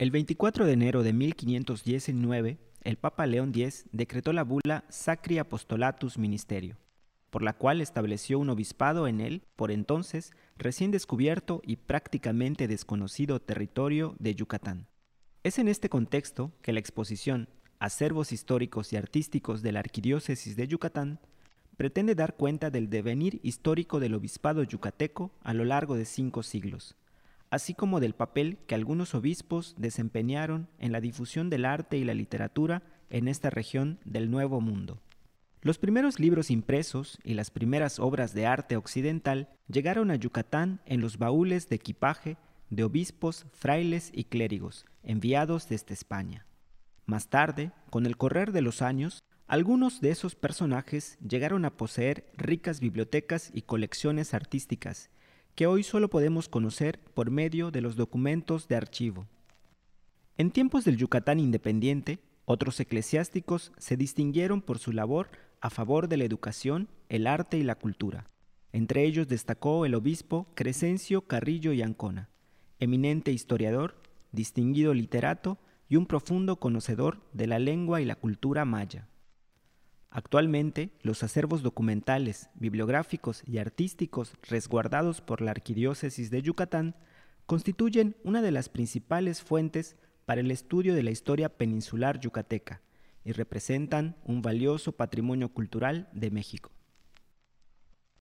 El 24 de enero de 1519, el Papa León X decretó la bula Sacri Apostolatus Ministerio, por la cual estableció un obispado en el, por entonces, recién descubierto y prácticamente desconocido territorio de Yucatán. Es en este contexto que la exposición Acervos históricos y artísticos de la Arquidiócesis de Yucatán pretende dar cuenta del devenir histórico del obispado yucateco a lo largo de 5 siglos, así como del papel que algunos obispos desempeñaron en la difusión del arte y la literatura en esta región del Nuevo Mundo. Los primeros libros impresos y las primeras obras de arte occidental llegaron a Yucatán en los baúles de equipaje de obispos, frailes y clérigos enviados desde España. Más tarde, con el correr de los años, algunos de esos personajes llegaron a poseer ricas bibliotecas y colecciones artísticas que hoy solo podemos conocer por medio de los documentos de archivo. En tiempos del Yucatán independiente, otros eclesiásticos se distinguieron por su labor a favor de la educación, el arte y la cultura. Entre ellos destacó el obispo Crescencio Carrillo y Ancona, eminente historiador, distinguido literato y un profundo conocedor de la lengua y la cultura maya. Actualmente, los acervos documentales, bibliográficos y artísticos resguardados por la Arquidiócesis de Yucatán constituyen una de las principales fuentes para el estudio de la historia peninsular yucateca y representan un valioso patrimonio cultural de México.